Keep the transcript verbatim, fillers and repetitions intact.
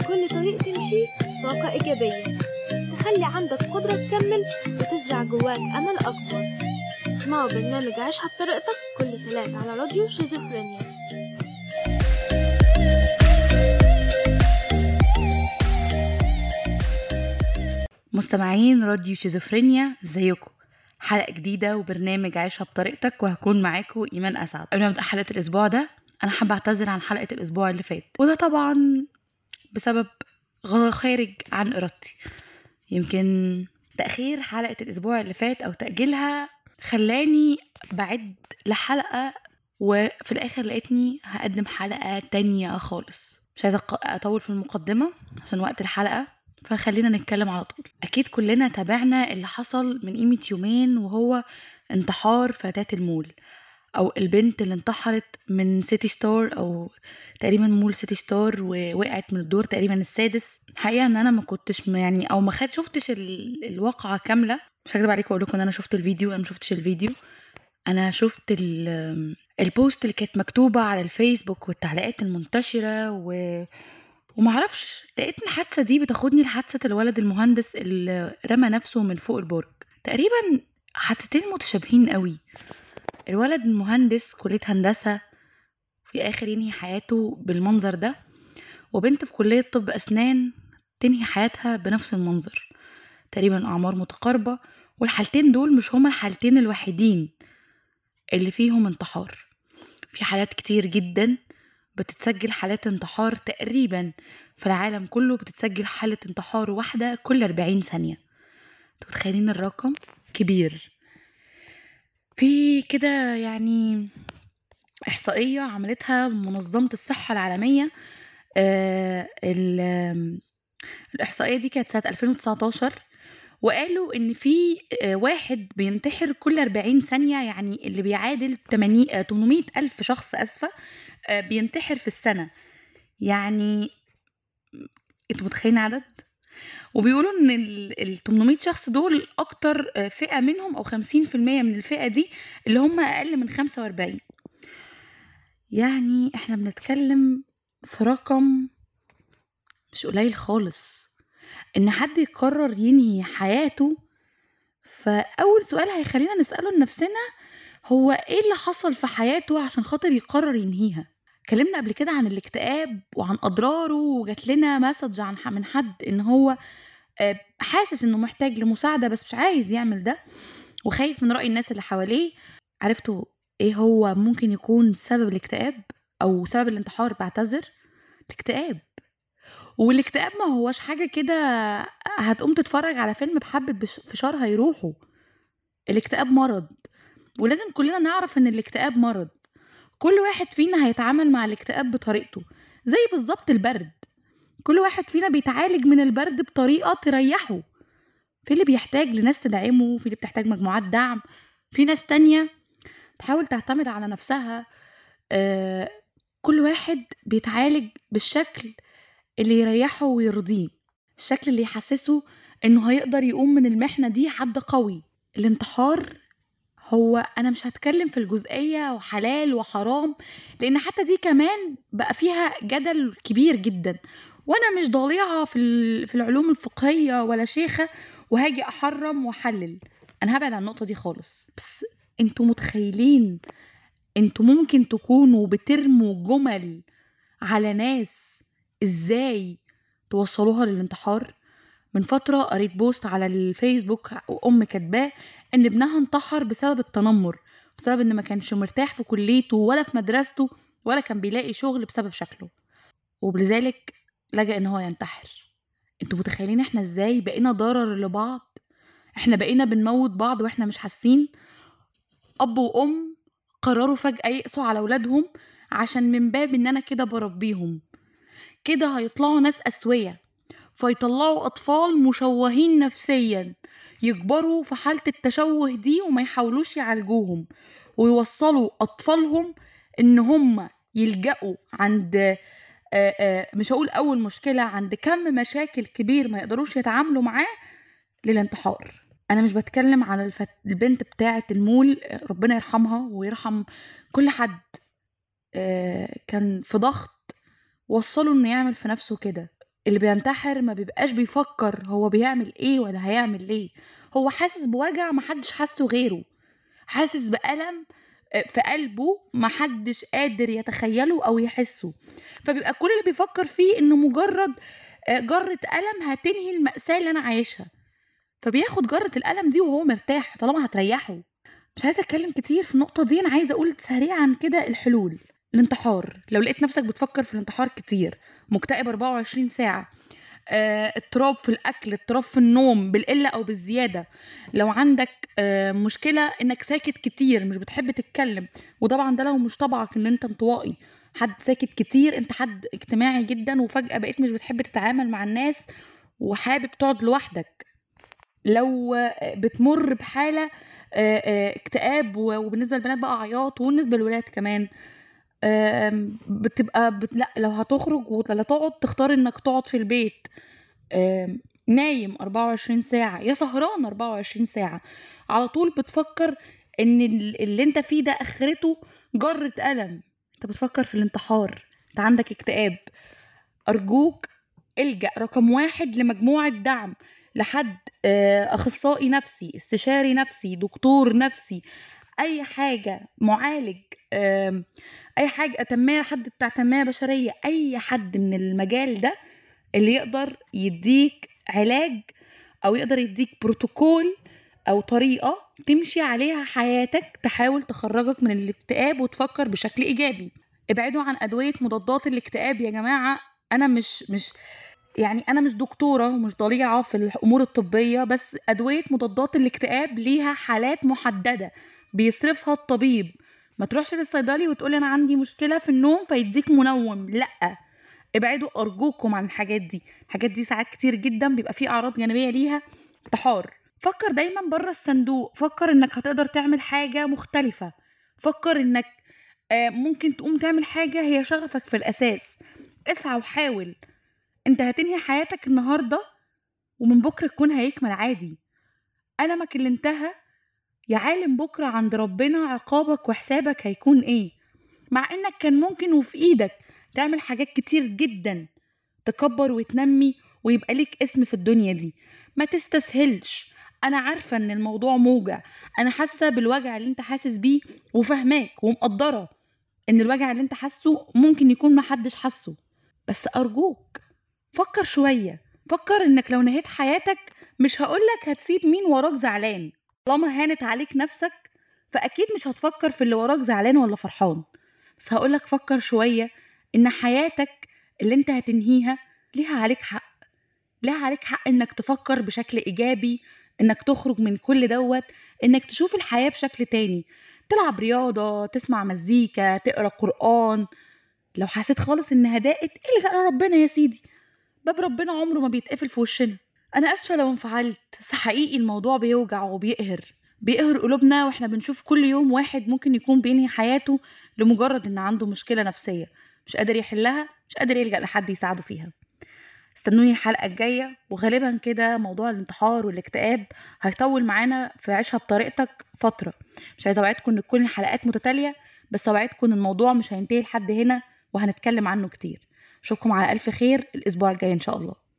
كل طريق تمشي طاقة إيجابية تخلي عندك قدرة تكمل وتزرع جواك أمل أكبر. اسمعوا برنامج عيشها بطريقتك كل ثلاث على راديو شيزوفرينيا. مستمعين راديو شيزوفرينيا، ازيكم؟ حلقة جديدة وبرنامج عيشها بطريقتك، وهكون معاكم إيمان أسعد. قبل ما نبدأ حلقة الأسبوع ده أنا حابة أعتذر عن حلقة الأسبوع اللي فات، وده طبعا بسبب خارج عن إرادتي. يمكن تأخير حلقة الأسبوع اللي فات أو تأجيلها خلاني بعد لحلقة، وفي الآخر لقيتني هقدم حلقة تانية خالص. مش عايزة أطول في المقدمة عشان وقت الحلقة، فخلينا نتكلم على طول. أكيد كلنا تابعنا اللي حصل من قيمة يومين، وهو انتحار فتاة المول، أو البنت اللي انتحرت من سيتي ستار، أو تقريبا مول سيتي ستار، ووقعت من الدور تقريبا السادس. حقيقة ان انا ما كنتش يعني او ما خد شفتش ال... الواقعة كاملة. مش هكذب عليكم واقول لكم ان انا شفت الفيديو. انا ما شفتش الفيديو، انا شفت ال... البوست اللي كانت مكتوبة على الفيسبوك والتعليقات المنتشرة، و ومعرفش لقيت الحادثة دي بتاخدني لحادثة الولد المهندس اللي رمى نفسه من فوق البرج. تقريبا حادثتين متشابهين قوي. الولد المهندس كلية هندسة في آخر ينهي حياته بالمنظر ده، وبنت في كلية طب أسنان تنهي حياتها بنفس المنظر، تقريبا أعمار متقاربة. والحالتين دول مش هما الحالتين الوحيدين اللي فيهم انتحار. في حالات كتير جدا بتتسجل حالات انتحار، تقريبا في العالم كله بتتسجل حالة انتحار واحدة كل أربعين ثانية. تتخيلين الرقم كبير. في كده يعني إحصائية عملتها منظمة الصحة العالمية. آه الإحصائية دي كانت سنة ألفين وتسعتاشر، وقالوا إن في آه واحد بينتحر كل أربعين ثانية، يعني اللي بيعادل ثمانمائة ألف شخص أسفة آه بينتحر في السنة. يعني انتوا متخيلين عدد؟ وبيقولوا ان ال ثمانمائة شخص دول اكتر آه فئة منهم، او خمسين في المية من الفئة دي اللي هم اقل من خمسة وأربعين. يعني احنا بنتكلم في رقم مش قليل خالص ان حد يقرر ينهي حياته. فاول سؤال هيخلينا نسأله لنفسنا هو ايه اللي حصل في حياته عشان خاطر يقرر ينهيها. اتكلمنا قبل كده عن الاكتئاب وعن اضراره، وجات لنا مسج عن من حد ان هو حاسس انه محتاج لمساعدة بس مش عايز يعمل ده، وخايف من رأي الناس اللي حواليه. عرفتوا ايه هو ممكن يكون سبب الاكتئاب او سبب الانتحار؟ بعتذر، الاكتئاب. والاكتئاب ما هوش حاجة كده هتقوم تتفرج على فيلم بحبة فشار هيروحوا. الاكتئاب مرض، ولازم كلنا نعرف ان الاكتئاب مرض. كل واحد فينا هيتعامل مع الاكتئاب بطريقته، زي بالظبط البرد. كل واحد فينا بيتعالج من البرد بطريقة تريحه. في اللي بيحتاج لناس تدعمه، في اللي بتحتاج مجموعات دعم، في ناس تانية تحاول تعتمد على نفسها. آه كل واحد بيتعالج بالشكل اللي يريحه ويرضيه، الشكل اللي يحسسه انه هيقدر يقوم من المحنة دي حد قوي. الانتحار هو، انا مش هتكلم في الجزئية وحلال وحرام، لان حتى دي كمان بقى فيها جدل كبير جدا، وانا مش ضليعة في في العلوم الفقهية ولا شيخة وهاجي احرم واحلل. انا هبعد عن النقطة دي خالص. بس انتوا متخيلين انتوا ممكن تكونوا بترموا جمل على ناس ازاي توصلوها للانتحار؟ من فترة قريت بوست على الفيسبوك وام كاتباه ان ابنها انتحر بسبب التنمر، بسبب ان ما كانش مرتاح في كليته ولا في مدرسته ولا كان بيلاقي شغل بسبب شكله، وبذلك لجأ ان هو ينتحر. انتوا متخيلين احنا ازاي بقينا ضرر لبعض؟ احنا بقينا بنموت بعض واحنا مش حاسين. اب وام قرروا فجأة يقسوا على اولادهم عشان من باب ان انا كده بربيهم، كده هيطلعوا ناس اسوية، فيطلعوا اطفال مشوهين نفسيا، يكبروا في حالة التشوه دي وما يحاولوش يعالجوهم، ويوصلوا اطفالهم ان هم يلجأوا عند آآ آآ مش هقول اول مشكلة، عند كم مشاكل كبير ما يقدروش يتعاملوا معاه، للانتحار. انا مش بتكلم على الفت... البنت بتاعة المول، ربنا يرحمها ويرحم كل حد كان في ضغط وصله انه يعمل في نفسه كده. اللي بينتحر ما بيبقاش بيفكر هو بيعمل ايه ولا هيعمل ليه، هو حاسس بوجع محدش حاسه غيره، حاسس بألم آه، في قلبه محدش قادر يتخيله او يحسه، فبيبقى كل اللي بيفكر فيه انه مجرد آه، جرة ألم هتنهي المأساة اللي انا عايشها، فبياخد جرة الألم دي وهو مرتاح طالما هتريحه. مش عايزة اتكلم كتير في النقطة دي، انا عايزة اقول سريعا كده الحلول. الانتحار، لو لقيت نفسك بتفكر في الانتحار كتير، مكتئب أربعة وعشرين ساعة، آه، اضطراب في الاكل، اضطراب في النوم بالقله او بالزياده، لو عندك آه، مشكله انك ساكت كتير مش بتحب تتكلم، وطبعا ده لو مش طبعك ان انت انطوائي، حد ساكت كتير، انت حد اجتماعي جدا وفجاه بقيت مش بتحب تتعامل مع الناس وحابب تقعد لوحدك، لو آه، بتمر بحاله آه، آه، اكتئاب، و- وبالنسبه للبنات بقى عياط، وبالنسبه للولاد كمان آم، بتبقى بت... لا لو هتخرج ولا تقعد تختار انك تقعد في البيت، آم، نايم أربعة وعشرين ساعة يا سهران أربعة وعشرين ساعة، على طول بتفكر ان ال- اللي انت فيه ده اخرته جرة ألم، انت بتفكر في الانتحار، انت عندك اكتئاب، ارجوك الجأ رقم واحد لمجموعة دعم، لحد آه، اخصائي نفسي، استشاري نفسي، دكتور نفسي، اي حاجة، معالج، آم، اي حاجة تنمية، حد بتاع تنمية بشرية، اي حد من المجال ده اللي يقدر يديك علاج او يقدر يديك بروتوكول او طريقة تمشي عليها حياتك تحاول تخرجك من الاكتئاب وتفكر بشكل ايجابي. ابعدوا عن ادوية مضادات الاكتئاب يا جماعة. انا مش مش يعني انا مش دكتورة ومش ضليعة في الامور الطبية، بس ادوية مضادات الاكتئاب ليها حالات محددة بيصرفها الطبيب، ما تروحش للصيدلي وتقولي انا عندي مشكلة في النوم فيديك منوم، لا، ابعدوا ارجوكم عن الحاجات دي، الحاجات دي ساعات كتير جدا بيبقى فيه اعراض جانبيه ليها. انتحار، فكر دايما بره الصندوق، فكر انك هتقدر تعمل حاجه مختلفه، فكر انك آه، ممكن تقوم تعمل حاجه هي شغفك في الاساس، اسعى وحاول. انت هتنهي حياتك النهارده ومن بكره تكون هيكمل عادي، ألمك اللي انتهى يا عالم بكره عند ربنا عقابك وحسابك هيكون ايه، مع انك كان ممكن وفي ايدك تعمل حاجات كتير جدا تكبر وتنمي ويبقى ليك اسم في الدنيا دي. ما تستسهلش، انا عارفة ان الموضوع موجع، انا حاسة بالوجع اللي انت حاسس بيه وفهماك ومقدرة ان الوجع اللي انت حاسه ممكن يكون محدش حاسه، بس ارجوك فكر شوية، فكر انك لو نهيت حياتك مش هقولك هتسيب مين وراك زعلان، طالما هانت عليك نفسك فاكيد مش هتفكر في اللي وراك زعلان ولا فرحان، بس هقولك فكر شوية ان حياتك اللي انت هتنهيها ليها عليك حق، ليها عليك حق انك تفكر بشكل ايجابي، انك تخرج من كل دوت، انك تشوف الحياة بشكل تاني، تلعب رياضة، تسمع مزيكا، تقرأ قرآن، لو حسيت خالص انها ضاقت الجأ لربنا يا سيدي، باب ربنا عمره ما بيتقفل في وشنا. انا اسفة لو انفعلت، بس حقيقي الموضوع بيوجع وبيقهر، بيقهر قلوبنا واحنا بنشوف كل يوم واحد ممكن يكون بينهي حياته لمجرد ان عنده مشكلة نفسية مش قادر يحلها، مش قادر يلجأ لحد يساعده فيها. استنوني الحلقة الجاية، وغالبا كده موضوع الانتحار والاكتئاب هيطول معانا في عيشها بطريقتك فترة، مش عايزة اوعدكم ان تكون الحلقات متتالية، بس اوعدكم ان الموضوع مش هينتهي لحد هنا وهنتكلم عنه كتير. اشوفكم على الف خير الاسبوع الجاي ان شاء الله.